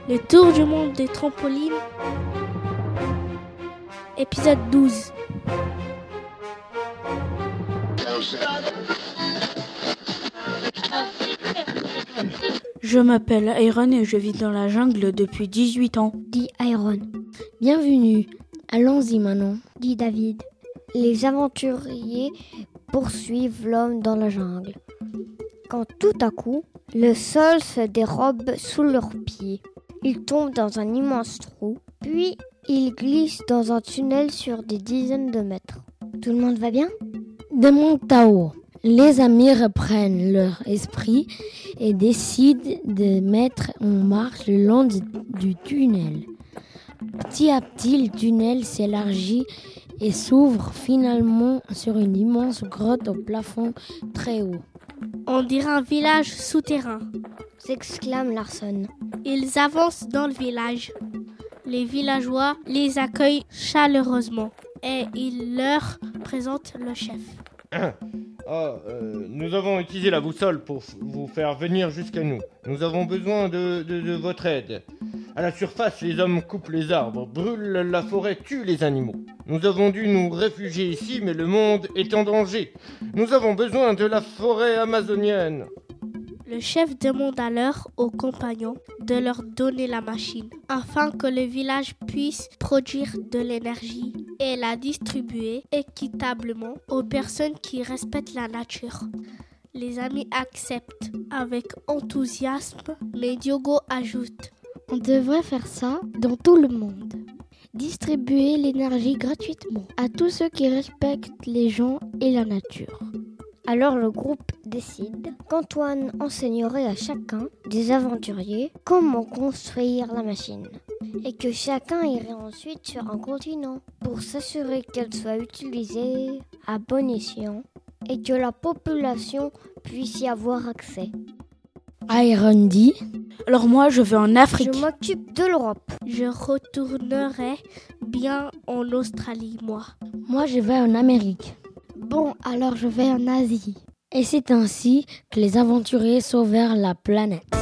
Le tour du monde des trampolines, épisode 12. Je m'appelle Iron et je vis dans la jungle depuis 18 ans. Dit Iron. Bienvenue. Allons-y maintenant, dit David. Les aventuriers poursuivent l'homme dans la jungle. Quand tout à coup, le sol se dérobe sous leurs pieds. Ils tombent dans un immense trou, puis ils glissent dans un tunnel sur des dizaines de mètres. Tout le monde va bien ? De Montao, les amis reprennent leur esprit et décident de mettre en marche le long du tunnel. Petit à petit, le tunnel s'élargit et s'ouvre finalement sur une immense grotte au plafond très haut. On dirait un village souterrain, s'exclame Larson. Ils avancent dans le village. Les villageois les accueillent chaleureusement et ils leur présentent le chef. Nous avons utilisé la boussole pour vous faire venir jusqu'à nous. Nous avons besoin de votre aide. À la surface, les hommes coupent les arbres, brûlent la forêt, tuent les animaux. Nous avons dû nous réfugier ici, mais le monde est en danger. Nous avons besoin de la forêt amazonienne. Le chef demande alors aux compagnons de leur donner la machine, afin que le village puisse produire de l'énergie et la distribuer équitablement aux personnes qui respectent la nature. Les amis acceptent avec enthousiasme, mais Diogo ajoute: on devrait faire ça dans tout le monde. Distribuer l'énergie gratuitement à tous ceux qui respectent les gens et la nature. Alors le groupe décide qu'Antoine enseignerait à chacun des aventuriers comment construire la machine et que chacun irait ensuite sur un continent pour s'assurer qu'elle soit utilisée à bon escient et que la population puisse y avoir accès. Iron dit: alors moi je vais en Afrique. Je m'occupe de l'Europe. Je retournerai bien en Australie, moi. Moi je vais en Amérique. Bon, alors je vais en Asie. Et c'est ainsi que les aventuriers sauvèrent la planète.